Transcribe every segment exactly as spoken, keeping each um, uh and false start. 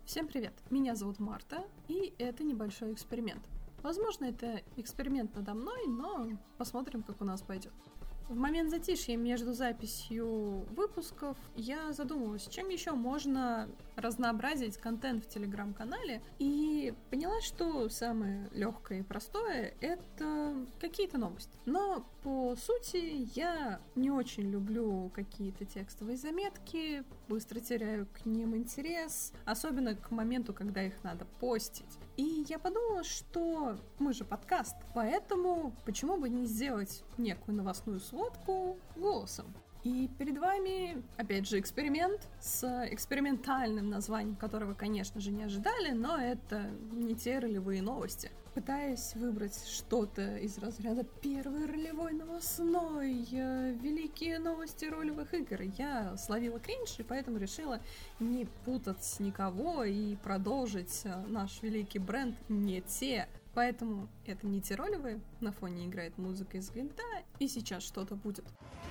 Всем привет! Меня зовут Марта, и это небольшой эксперимент. Возможно, это эксперимент надо мной, но посмотрим, как у нас пойдет. В момент затишья между записью выпусков я задумалась, чем еще можно разнообразить контент в телеграм-канале, и поняла, что самое легкое и простое — это какие-то новости. Но по сути я не очень люблю какие-то текстовые заметки, быстро теряю к ним интерес, особенно к моменту, когда их надо постить. И я подумала, что мы же подкаст, поэтому почему бы не сделать некую новостную сводку голосом? И перед вами, опять же, эксперимент с экспериментальным названием, которого, конечно же, не ожидали, но это не те ролевые новости. Пытаясь выбрать что-то из разряда «Первый ролевой новостной», «Великие новости ролевых игр», я словила кринж, и поэтому решила не путать никого и продолжить наш великий бренд «Не те». Поэтому это не те ролевые, на фоне играет музыка из гвинта, и сейчас что-то будет.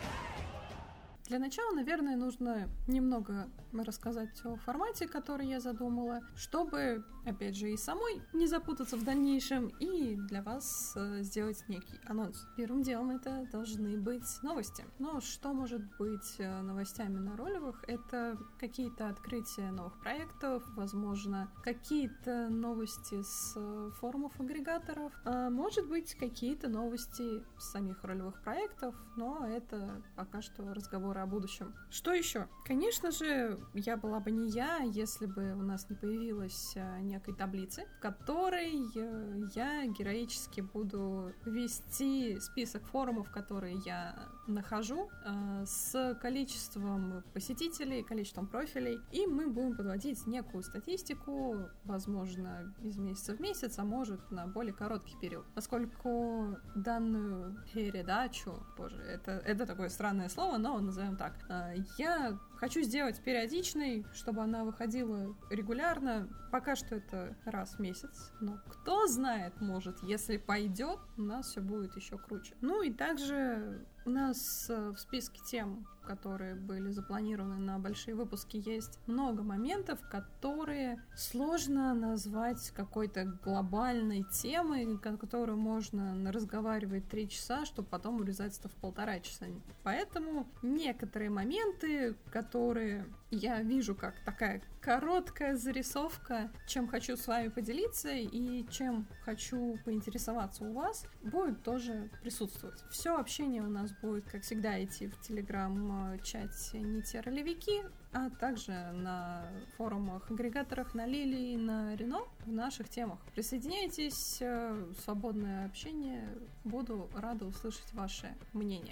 Для начала, наверное, нужно немного рассказать о формате, который я задумала, чтобы, опять же, и самой не запутаться в дальнейшем, и для вас э, сделать некий анонс. Первым делом это должны быть новости. Но что может быть э, новостями на ролевых? Это какие-то открытия новых проектов, возможно, какие-то новости с э, форумов агрегаторов, а может быть, какие-то новости с самих ролевых проектов, но это пока что разговор о будущем. Что еще? Конечно же, я была бы не я, если бы у нас не появилась а, некой таблицы, в которой а, я героически буду вести список форумов, которые я нахожу, а, с количеством посетителей, количеством профилей, и мы будем подводить некую статистику, возможно, из месяца в месяц, а может, на более короткий период. Поскольку данную передачу, боже, это, это такое странное слово, но назовем так. Я хочу сделать периодичной, чтобы она выходила регулярно. Пока что это раз в месяц, но кто знает, может, если пойдет, у нас все будет еще круче. Ну и также у нас в списке тем, которые были запланированы на большие выпуски, есть много моментов, которые сложно назвать какой-то глобальной темой, которую можно разговаривать три часа, чтобы потом урезать это в полтора часа. Поэтому некоторые моменты, которые я вижу как такая короткая зарисовка, чем хочу с вами поделиться и чем хочу поинтересоваться у вас, будет тоже присутствовать. Все общение у нас будет, как всегда, идти в телеграм-чате «Не те ролевики», а также на форумах, агрегаторах, на Лилии, на Рено в наших темах. Присоединяйтесь, свободное общение, буду рада услышать ваше мнение.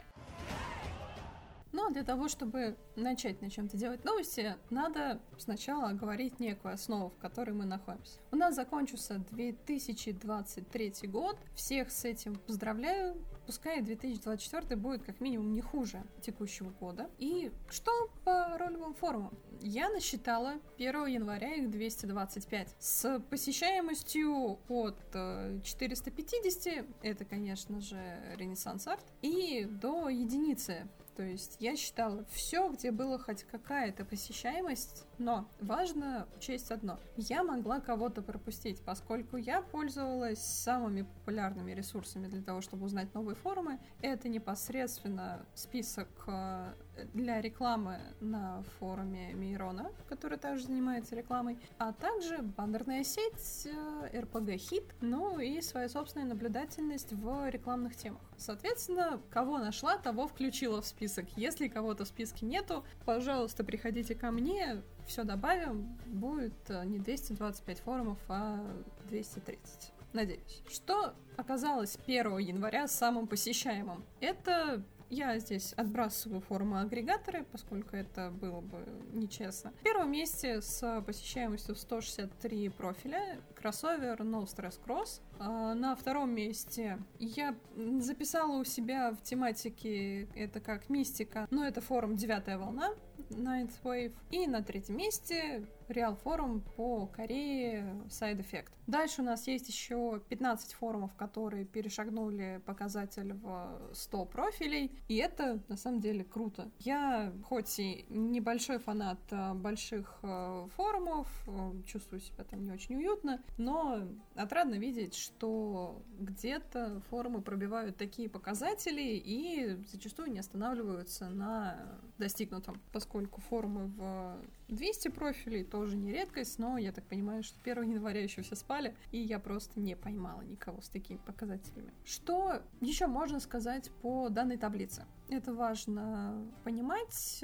Но для того, чтобы начать на чем-то делать новости, надо сначала говорить некую основу, в которой мы находимся. У нас закончился две тысячи двадцать третий год, всех с этим поздравляю, пускай две тысячи двадцать четвёртый будет как минимум не хуже текущего года. И что по ролевым форумам? Я насчитала первого января их двести двадцать пять, с посещаемостью от четыреста пятьдесят, это, конечно же, Ренессанс Арт, и до единицы. То есть я считала все, где была хоть какая-то посещаемость, но важно учесть одно. Я могла кого-то пропустить, поскольку я пользовалась самыми популярными ресурсами для того, чтобы узнать новые форумы. Это непосредственно список для рекламы на форуме Мейрона, который также занимается рекламой, а также баннерная сеть, эр пи джи-хит, ну и своя собственная наблюдательность в рекламных темах. Соответственно, кого нашла, того включила в список. Если кого-то в списке нету, пожалуйста, приходите ко мне, все добавим, будет не двести двадцать пять форумов, а двести тридцать. Надеюсь. Что оказалось первого января самым посещаемым? Это... Я здесь отбрасываю форумы-агрегаторы, поскольку это было бы нечестно. В первом месте с посещаемостью сто шестьдесят три профиля кроссовер No Stress Cross. На втором месте я записала у себя в тематике это как мистика, но это форум «Девятая волна». Ninth Wave. И на третьем месте Real Forum по Корее Side Effect. Дальше у нас есть еще пятнадцать форумов, которые перешагнули показатель в сто профилей, и это на самом деле круто. Я хоть и небольшой фанат больших форумов, чувствую себя там не очень уютно, но отрадно видеть, что где-то форумы пробивают такие показатели и зачастую не останавливаются на достигнутом, поскольку форумы в двести профилей тоже не редкость, но я так понимаю, что первого января еще все спали, и я просто не поймала никого с такими показателями. Что еще можно сказать по данной таблице? Это важно понимать.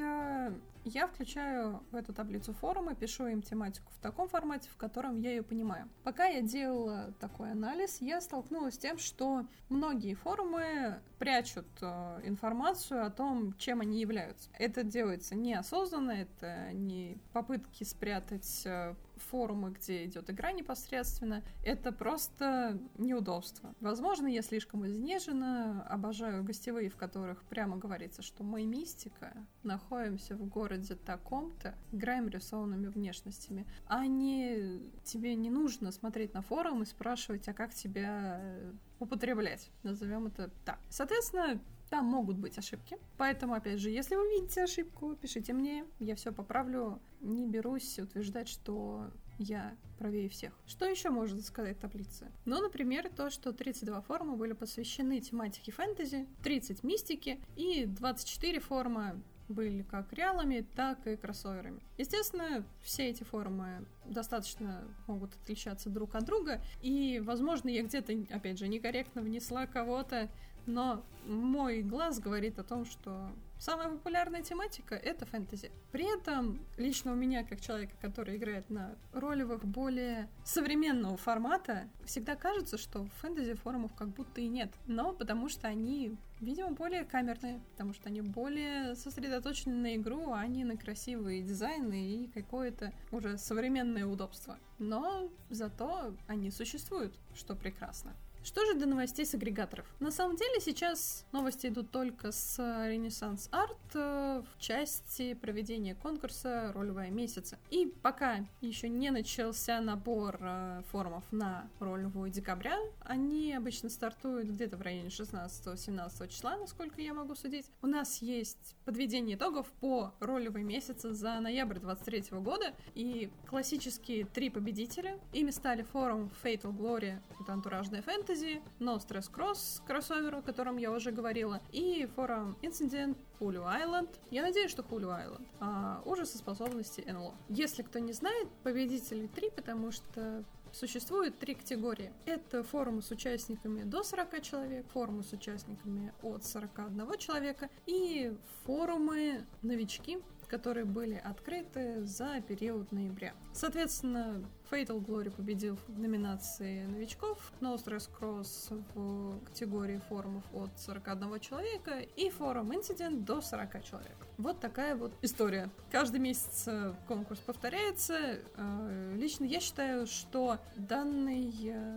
Я включаю в эту таблицу форумы, пишу им тематику в таком формате, в котором я ее понимаю. Пока я делала такой анализ, я столкнулась с тем, что многие форумы прячут информацию о том, чем они являются. Это делается неосознанно, это не попытки спрятать форумы, где идет игра непосредственно, это просто неудобство. Возможно, я слишком изнежена, обожаю гостевые, в которых прямо говорится, что мы мистика, находимся в городе таком-то, играем рисованными внешностями, а не тебе не нужно смотреть на форум и спрашивать, а как тебя употреблять, назовем это так. Соответственно, там могут быть ошибки. Поэтому, опять же, если вы видите ошибку, пишите мне, я все поправлю. Не берусь утверждать, что я правее всех. Что еще можно сказать в таблице? Ну, например, то, что тридцать два форума были посвящены тематике фэнтези, тридцать мистики и двадцать четыре форума были как реалами, так и кроссоверами. Естественно, все эти форумы достаточно могут отличаться друг от друга, и, возможно, я где-то, опять же, некорректно внесла кого-то, но мой глаз говорит о том, что самая популярная тематика — это фэнтези. При этом, лично у меня, как человека, который играет на ролевых более современного формата, всегда кажется, что в фэнтези форумов как будто и нет. Но потому что они, видимо, более камерные, потому что они более сосредоточены на игру, а не на красивые дизайны и какое-то уже современное удобство. Но зато они существуют, что прекрасно. Что же до новостей с агрегаторов? На самом деле сейчас новости идут только с Renaissance Art в части проведения конкурса «Ролевая месяца». И пока еще не начался набор форумов на ролевую декабря, они обычно стартуют где-то в районе шестнадцатого-семнадцатого числа, насколько я могу судить. У нас есть подведение итогов по ролевой месяца за ноябрь двадцать третьего года, и классические три победителя. Ими стали форум Fatal Glory, это антуражная фэнтези, No Stress Cross, кроссовер, о котором я уже говорила, и форум Incident Hulu Island. Я надеюсь, что Hulu Island. А, ужасоспособности эн эл о. Если кто не знает, победителей три, потому что существует три категории. Это форумы с участниками до сорока человек, форумы с участниками от сорока одного человека и форумы новички, которые были открыты за период ноября. Соответственно, Fatal Glory победил в номинации новичков, No Stress Cross в категории форумов от сорока одного человека и форум Incident до сорока человек. Вот такая вот история. Каждый месяц конкурс повторяется. Лично я считаю, что данный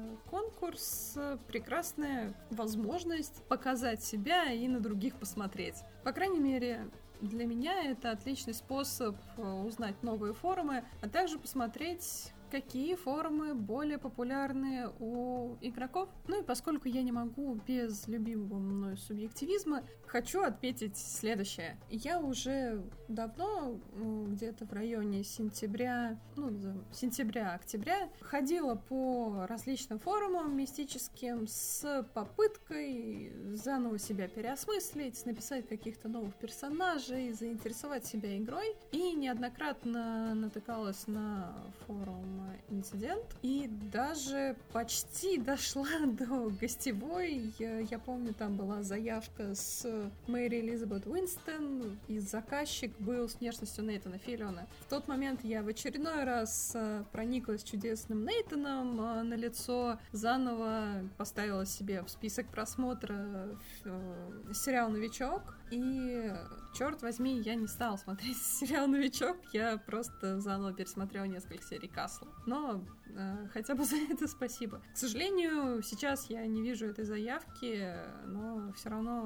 конкурс — прекрасная возможность показать себя и на других посмотреть. По крайней мере, для меня это отличный способ узнать новые форумы, а также посмотреть, какие форумы более популярны у игроков. Ну и поскольку я не могу без любимого мною субъективизма, хочу отметить следующее. Я уже давно, где-то в районе сентября, ну, сентября-октября, ходила по различным форумам мистическим с попыткой заново себя переосмыслить, написать каких-то новых персонажей, заинтересовать себя игрой, и неоднократно натыкалась на форум Инцидент, и даже почти дошла до гостевой. Я, я помню, там была заявка с Мэри Элизабет Уинстон, и заказчик был с внешностью Нейтана Филлиона. В тот момент я в очередной раз прониклась чудесным Нейтаном на лицо, заново поставила себе в список просмотра сериал «Новичок», и, черт возьми, я не стала смотреть сериал «Новичок», я просто заново пересмотрела несколько серий «Касла». Но э, хотя бы за это спасибо. К сожалению, сейчас я не вижу этой заявки, но все равно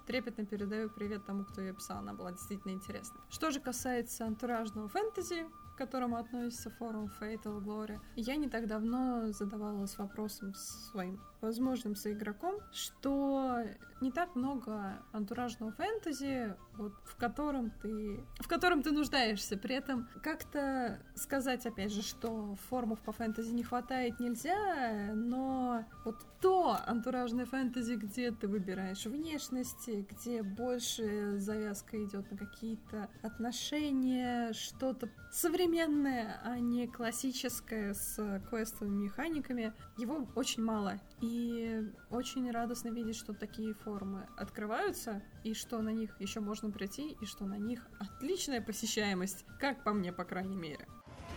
трепетно передаю привет тому, кто ее писал, она была действительно интересна. Что же касается антуражного фэнтези, к которому относится форум Fatal Glory, я не так давно задавалась вопросом своим возможным соигроком, что не так много антуражного фэнтези, вот, в котором ты в котором ты нуждаешься. При этом как-то сказать, опять же, что форумов по фэнтези не хватает, нельзя, но вот то антуражное фэнтези, где ты выбираешь внешности, где больше завязка идет на какие-то отношения, что-то современное, а не классическое с квестовыми механиками, его очень мало. И очень радостно видеть, что такие форумы открываются, и что на них еще можно прийти, и что на них отличная посещаемость, как по мне, по крайней мере.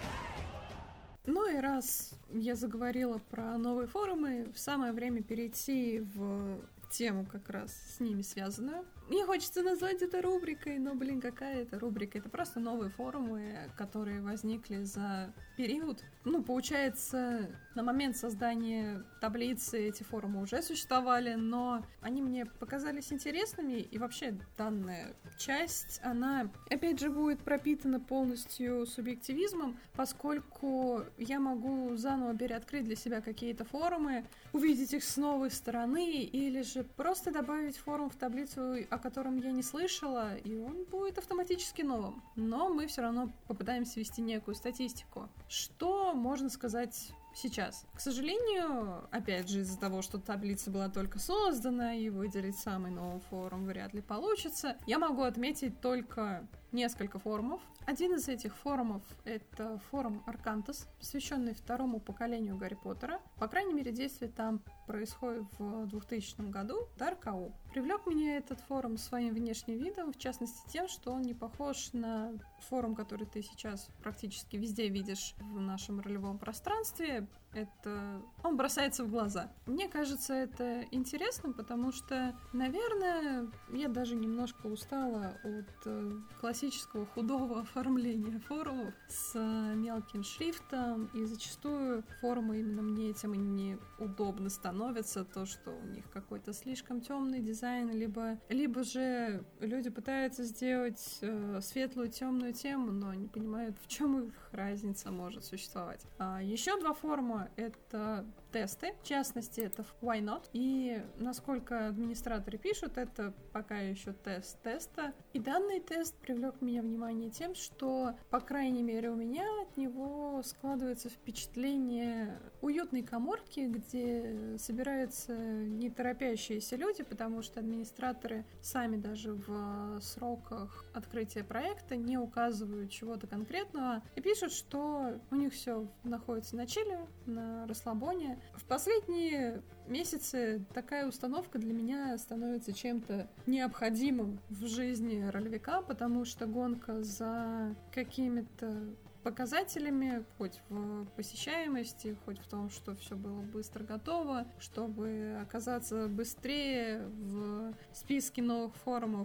Ну и раз я заговорила про новые форумы, самое время перейти в тему как раз с ними связанную. Мне хочется назвать это рубрикой, но, блин, какая это рубрика? Это просто новые форумы, которые возникли за период. Ну, получается, на момент создания таблицы эти форумы уже существовали, но они мне показались интересными, и вообще данная часть, она, опять же, будет пропитана полностью субъективизмом, поскольку я могу заново переоткрыть для себя какие-то форумы, увидеть их с новой стороны, или же просто добавить форум в таблицу, о котором я не слышала, и он будет автоматически новым. Но мы все равно попытаемся вести некую статистику. Что можно сказать сейчас? К сожалению, опять же, из-за того, что таблица была только создана, и выделить самый новый форум вряд ли получится, я могу отметить только несколько форумов. Один из этих форумов — это форум Аркантос, посвященный второму поколению Гарри Поттера. По крайней мере, действие там происходит в двухтысячном году. Dark Owl. Привлек меня этот форум своим внешним видом, в частности тем, что он не похож на форум, который ты сейчас практически везде видишь в нашем ролевом пространстве. Это... Он бросается в глаза. Мне кажется, это интересным, потому что, наверное, я даже немножко устала от э, классического худого оформления форумов с э, мелким шрифтом, и зачастую форумы именно мне этим и неудобно становятся, то, что у них какой-то слишком темный дизайн, либо, либо же люди пытаются сделать э, светлую темную тему, но не понимают, в чем их разница может существовать. А еще два форума — это тесты, в частности, это Why Not, и, насколько администраторы пишут, это пока еще тест теста, и данный тест привлек меня внимание тем, что, по крайней мере, у меня от него складывается впечатление уютной каморки, где собираются не торопящиеся люди, потому что администраторы сами даже в сроках открытия проекта не указывают чего-то конкретного и пишут, что у них все находится на чиле, на расслабоне. В последние месяцы такая установка для меня становится чем-то необходимым в жизни ролевика, потому что гонка за какими-то показателями, хоть в посещаемости, хоть в том, что все было быстро готово, чтобы оказаться быстрее в списке новых форумов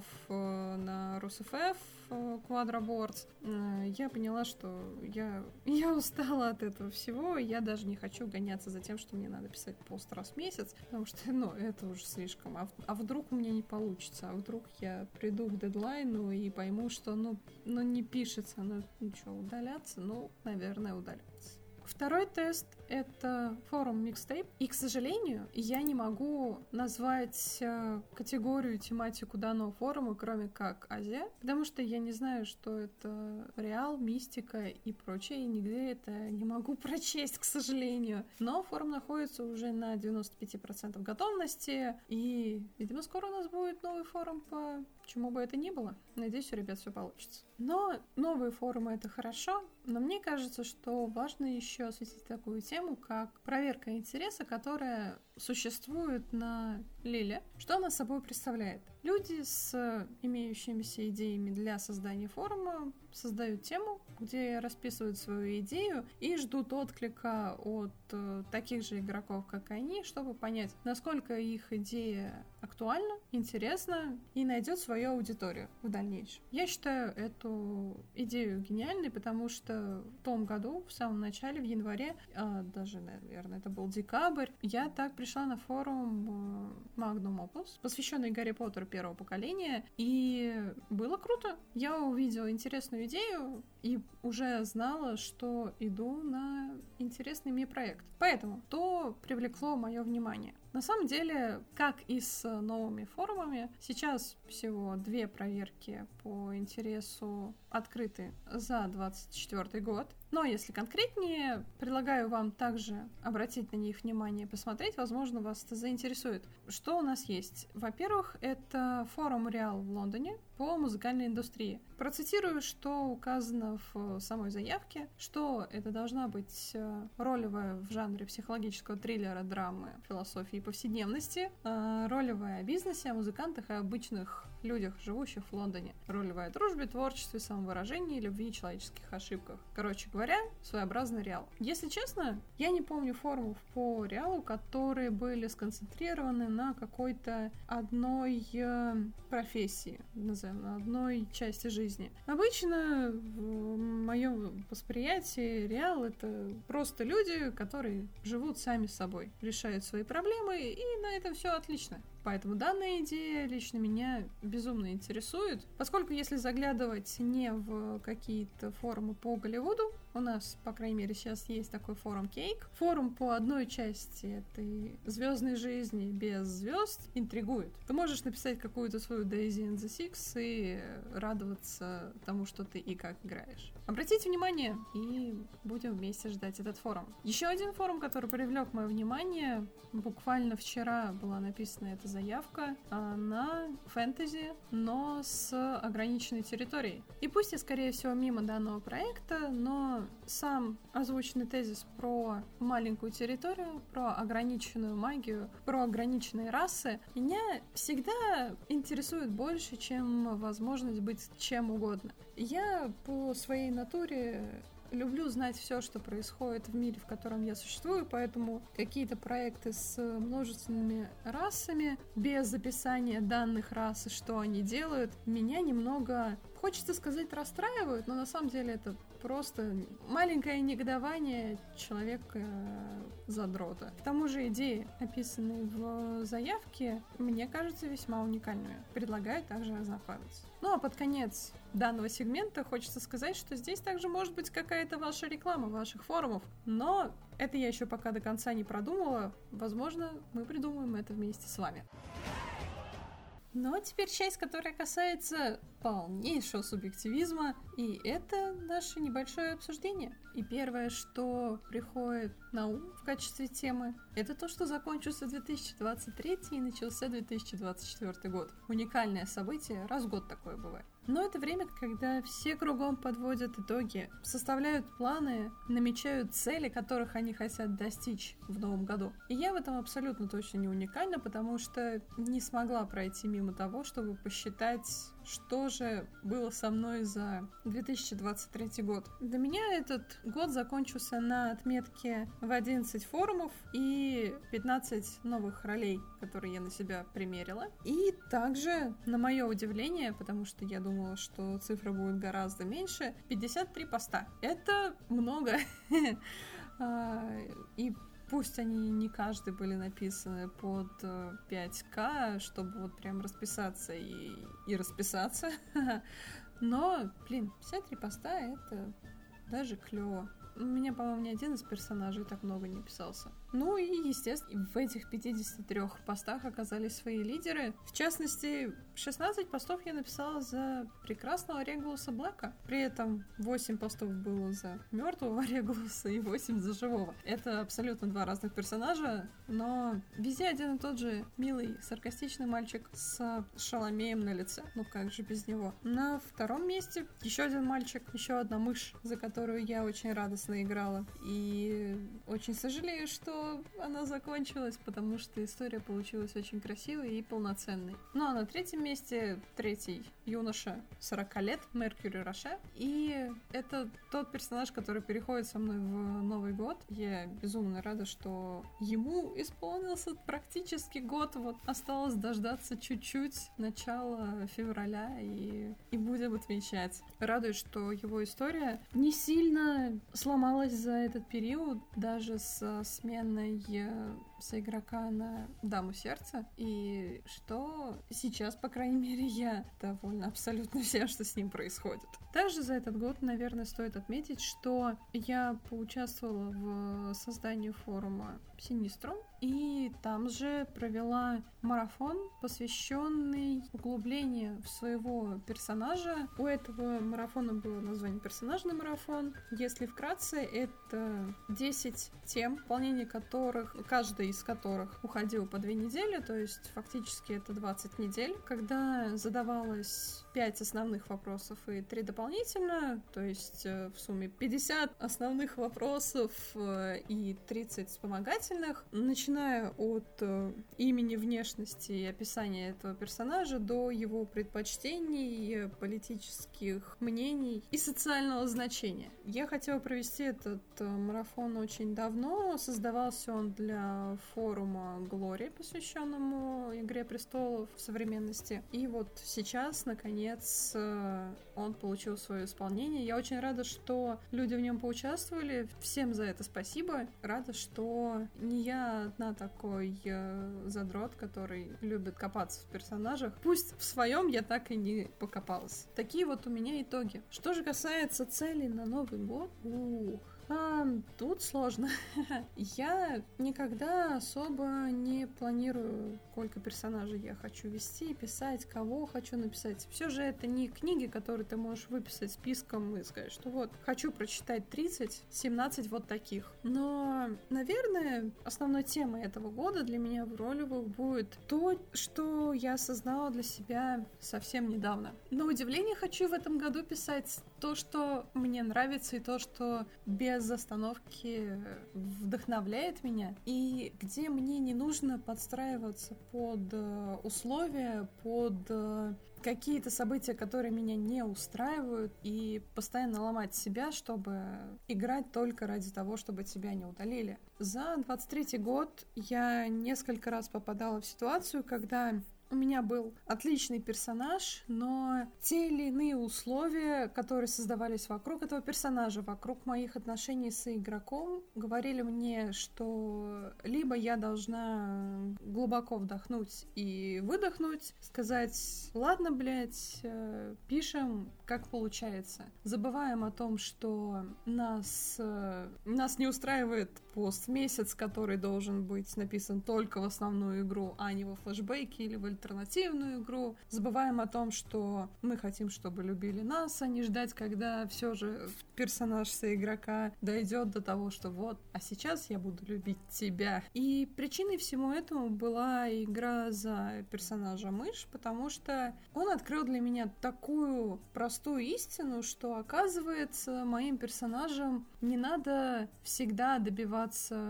на РусФФ, Quadraboards, я поняла, что я, я устала от этого всего, и я даже не хочу гоняться за тем, что мне надо писать пост раз в месяц, потому что, ну, это уже слишком. А, а вдруг у меня не получится, а вдруг я приду к дедлайну и пойму, что, ну, ну не пишется, ну, ну что, удаляться? Ну, наверное, удаляться. Второй тест — это форум Mixtape. И, к сожалению, я не могу назвать э, категорию, тематику данного форума, кроме как Азия, потому что я не знаю, что это реал, мистика и прочее, и нигде это не могу прочесть, к сожалению. Но форум находится уже на девяносто пять процентов готовности, и, видимо, скоро у нас будет новый форум по чему бы это ни было. Надеюсь, у ребят все получится. Но новые форумы — это хорошо, но мне кажется, что важно еще осветить такую тему, как проверка интереса, которая существует на Лиле. Что она собой представляет? Люди с имеющимися идеями для создания форума создают тему, где расписывают свою идею и ждут отклика от э, таких же игроков, как они, чтобы понять, насколько их идея актуальна, интересна и найдет свою аудиторию в дальнейшем. Я считаю эту идею гениальной, потому что в том году, в самом начале, в январе, а даже, наверное, это был декабрь, я так пришла на форум Magnum Opus, посвященный Гарри Поттеру первого поколения, и было круто. Я увидела интересную идею и уже знала, что иду на интересный мне проект. Поэтому то привлекло мое внимание. На самом деле, как и с новыми форумами, сейчас всего две проверки по интересу открыты за двадцать четвёртый год. Но если конкретнее, предлагаю вам также обратить на них внимание, посмотреть, возможно, вас это заинтересует. Что у нас есть? Во-первых, это форум Реал в Лондоне по музыкальной индустрии. Процитирую, что указано в самой заявке, что это должна быть ролевая в жанре психологического триллера, драмы, философии и повседневности, ролевая о бизнесе, о музыкантах и обычных людях, живущих в Лондоне, ролевая о дружбе, творчестве, самовыражении, любви и человеческих ошибках. Короче говоря, своеобразный Реал. Если честно, я не помню форумов по Реалу, которые были сконцентрированы на какой-то одной э, профессии, назовем, на одной части жизни. Обычно в моем восприятии Реал — это просто люди, которые живут сами с собой, решают свои проблемы, и на этом все отлично. Поэтому данная идея лично меня безумно интересует, поскольку если заглядывать не в какие-то форумы по Голливуду, у нас, по крайней мере, сейчас есть такой форум Кейк. Форум по одной части этой звездной жизни без звезд интригует. Ты можешь написать какую-то свою Daisy and the Six и радоваться тому, что ты и как играешь. Обратите внимание, и будем вместе ждать этот форум. Еще один форум, который привлек мое внимание, буквально вчера была написана эта заявка на фэнтези, но с ограниченной территорией. И пусть я, скорее всего, мимо данного проекта, но сам озвученный тезис про маленькую территорию, про ограниченную магию, про ограниченные расы меня всегда интересует больше, чем возможность быть чем угодно. Я по своей натуре люблю знать все, что происходит в мире, в котором я существую, поэтому какие-то проекты с множественными расами, без описания данных рас и что они делают, меня немного, хочется сказать, расстраивают, но на самом деле это просто маленькое негодование человека-задрота. К тому же идеи, описанные в заявке, мне кажется весьма уникальными. Предлагаю также ознакомиться. Ну а под конец данного сегмента хочется сказать, что здесь также может быть какая-то ваша реклама ваших форумов, но это я еще пока до конца не продумала. Возможно, мы придумаем это вместе с вами. Ну а теперь часть, которая касается полнейшего субъективизма, и это наше небольшое обсуждение. И первое, что приходит на ум в качестве темы, это то, что закончился две тысячи двадцать третий и начался две тысячи двадцать четвёртый год. Уникальное событие, раз в год такое бывает. Но это время, когда все кругом подводят итоги, составляют планы, намечают цели, которых они хотят достичь в новом году. И я в этом абсолютно точно не уникальна, потому что не смогла пройти мимо того, чтобы посчитать, что же было со мной за две тысячи двадцать третий год. Для меня этот год закончился на отметке в одиннадцать форумов и пятнадцать новых ролей, которые я на себя примерила. И также, на мое удивление, потому что я думала, что цифра будет гораздо меньше, пятьдесят три поста. Это много. И пусть они не каждый были написаны под пять ка, чтобы вот прям расписаться и, и расписаться. Но, блин, пятьдесят три поста — это даже клево. У меня, по-моему, ни один из персонажей так много не писался. Ну и, естественно, в этих пятидесяти трёх постах оказались свои лидеры. В частности, шестнадцать постов я написала за прекрасного Регулуса Блэка. При этом восемь постов было за мертвого Регулуса и восемь за живого. Это абсолютно два разных персонажа, но везде один и тот же милый, саркастичный мальчик с шаломеем на лице. Ну как же без него? На втором месте еще один мальчик, еще одна мышь, за которую я очень радостно играла. И очень сожалею, что она закончилась, потому что история получилась очень красивой и полноценной. Ну а на третьем месте третий юноша сорока лет, Меркьюри Роше. И это тот персонаж, который переходит со мной в Новый год. Я безумно рада, что ему исполнился практически год. Вот осталось дождаться чуть-чуть начала февраля и, и будем отмечать. Радует, что его история не сильно сломалась за этот период, даже с сменой соигрока на даму сердца, и что сейчас, по крайней мере, я довольна абсолютно всем, что с ним происходит. Также за этот год, наверное, стоит отметить, что я поучаствовала в создании форума Синиструм, и там же провела марафон, посвященный углублению в своего персонажа. У этого марафона было название «Персонажный марафон». Если вкратце, это десять тем, выполнение которых, каждая из которых уходила по две недели, то есть фактически это двадцать недель, когда задавалось пять основных вопросов и три дополнительно, то есть в сумме пятьдесят основных вопросов и тридцать вспомогательных, начиная от имени, внешности и описания этого персонажа до его предпочтений, политических мнений и социального значения. Я хотела провести этот марафон очень давно. Создавался он для форума Глори, посвященному Игре престолов в современности. И вот сейчас, наконец, он получил свое исполнение. Я очень рада, что люди в нем поучаствовали. Всем за это спасибо. Рада, что не я одна такой э, задрот, который любит копаться в персонажах. Пусть в своем я так и не покопалась. Такие вот у меня итоги. Что же касается целей на Новый год, ух, А, тут сложно. Я никогда особо не планирую, сколько персонажей я хочу вести, писать, кого хочу написать. Все же это не книги, которые ты можешь выписать списком и сказать, что вот, хочу прочитать тридцать, семнадцать вот таких. Но, наверное, основной темой этого года для меня в ролевых будет то, что я осознала для себя совсем недавно. На удивление хочу в этом году писать то, что мне нравится, и то, что без остановки вдохновляет меня, и где мне не нужно подстраиваться под условия, под какие-то события, которые меня не устраивают, и постоянно ломать себя, чтобы играть только ради того, чтобы тебя не удалили. За двадцать третий год я несколько раз попадала в ситуацию, когда у меня был отличный персонаж, но те или иные условия, которые создавались вокруг этого персонажа, вокруг моих отношений с игроком, говорили мне, что либо я должна глубоко вдохнуть и выдохнуть, сказать: ладно, блядь, пишем, как получается. Забываем о том, что нас, нас не устраивает пост в месяц, который должен быть написан только в основную игру, а не во флешбеке или в альтернативную игру. Забываем о том, что мы хотим, чтобы любили нас, а не ждать, когда все же персонаж соигрока дойдет до того, что вот, а сейчас я буду любить тебя. И причиной всему этому была игра за персонажа Мышь, потому что он открыл для меня такую простую истину, что, оказывается, моим персонажам не надо всегда добиваться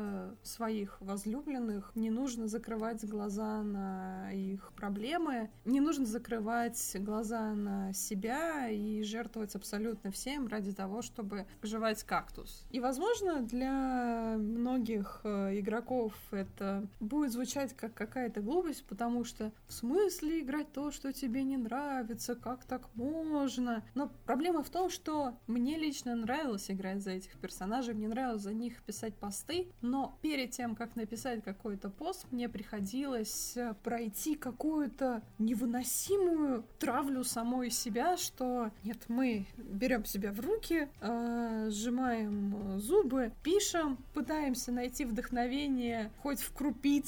своих возлюбленных, не нужно закрывать глаза на их проблемы, не нужно закрывать глаза на себя и жертвовать абсолютно всем ради того, чтобы жевать кактус. И, возможно, для многих игроков это будет звучать как какая-то глупость, потому что в смысле играть то, что тебе не нравится, как так можно? Но проблема в том, что мне лично нравилось играть за этих персонажей, мне нравилось за них писать посты, но перед тем, как написать какой-то пост, мне приходилось пройти какую-то невыносимую травлю самой себя, что нет, мы берем себя в руки, э, сжимаем зубы, пишем, пытаемся найти вдохновение хоть в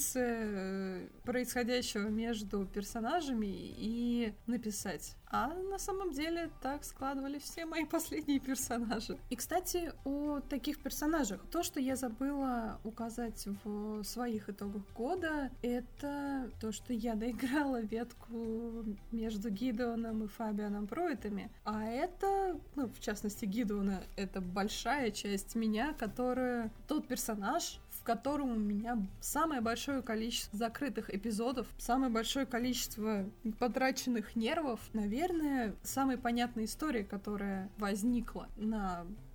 крупице происходящего между персонажами и написать. А на самом деле так складывались все мои последние персонажи. И, кстати, о таких персонажах. То, что я забыла указать в своих итогах года, это то, что я доиграла ветку между Гидеоном и Фабианом Пруиттами. А это, ну, в частности, Гидеона, это большая часть меня, которая тот персонаж, в котором у меня самое большое количество закрытых эпизодов, самое большое количество потраченных нервов. Наверное, самая понятная история, которая возникла на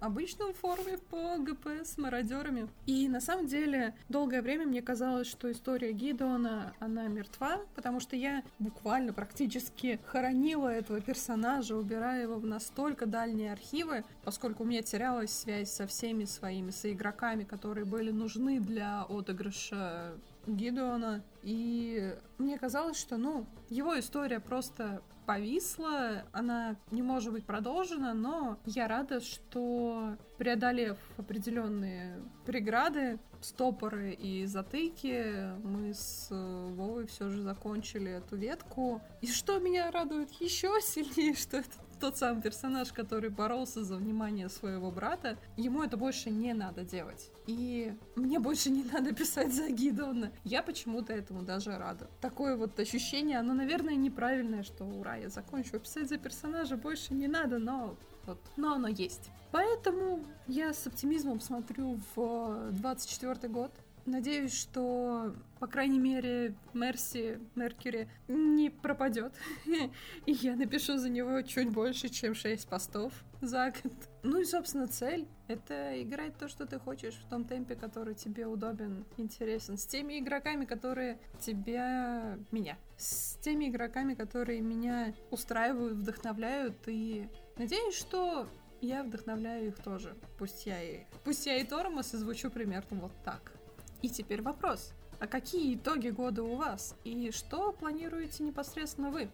обычном форуме по ГП с мародерами. И на самом деле долгое время мне казалось, что история Гидеона, она мертва, потому что я буквально практически хоронила этого персонажа, убирая его в настолько дальние архивы, поскольку у меня терялась связь со всеми своими соигроками, которые были нужны для отыгрыша Гидеона. И мне казалось, что, ну, его история просто повисла, она не может быть продолжена, но я рада, что, преодолев определенные преграды, стопоры и затыки, мы с Вовой все же закончили эту ветку. И что меня радует еще сильнее, что это тот самый персонаж, который боролся за внимание своего брата, ему это больше не надо делать. И мне больше не надо писать за Гидеона. Я почему-то этому даже рада. Такое вот ощущение, оно, наверное, неправильное, что ура, я закончу писать за персонажа, больше не надо, но вот, но оно есть. Поэтому я с оптимизмом смотрю в двадцать четвёртый год. Надеюсь, что, по крайней мере, Мерси, Меркьюри не пропадет. И я напишу за него чуть больше, чем шесть постов за год. Ну и, собственно, цель — это играть то, что ты хочешь, в том темпе, который тебе удобен, интересен. С теми игроками, которые тебя... меня. С теми игроками, которые меня устраивают, вдохновляют. И надеюсь, что я вдохновляю их тоже. Пусть я и... Пусть я и тормоз, и звучу примерно вот так. И теперь вопрос, а какие итоги года у вас? И что планируете непосредственно вы?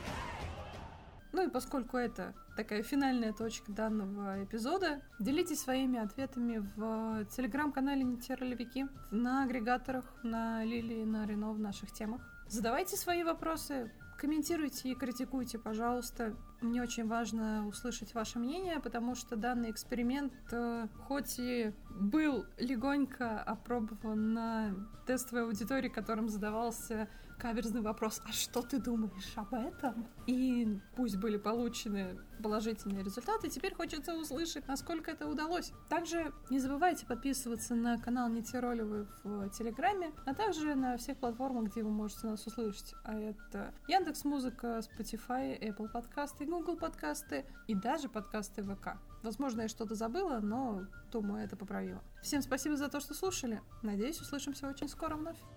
Ну и поскольку это такая финальная точка данного эпизода, делитесь своими ответами в телеграм-канале Не те ролевики, на агрегаторах, на Лилии, на Рено, в наших темах. Задавайте свои вопросы, комментируйте и критикуйте, пожалуйста. Мне очень важно услышать ваше мнение, потому что данный эксперимент, э, хоть и был легонько опробован на тестовой аудитории, которым задавался каверзный вопрос «А что ты думаешь об этом?» И пусть были получены положительные результаты, теперь хочется услышать, насколько это удалось. Также не забывайте подписываться на канал Не те ролевы в Телеграме, а также на всех платформах, где вы можете нас услышать. А это Яндекс.Музыка, Spotify, Apple подкасты, Google подкасты и даже подкасты ВК. Возможно, я что-то забыла, но думаю, это поправимо. Всем спасибо за то, что слушали. Надеюсь, услышимся очень скоро вновь.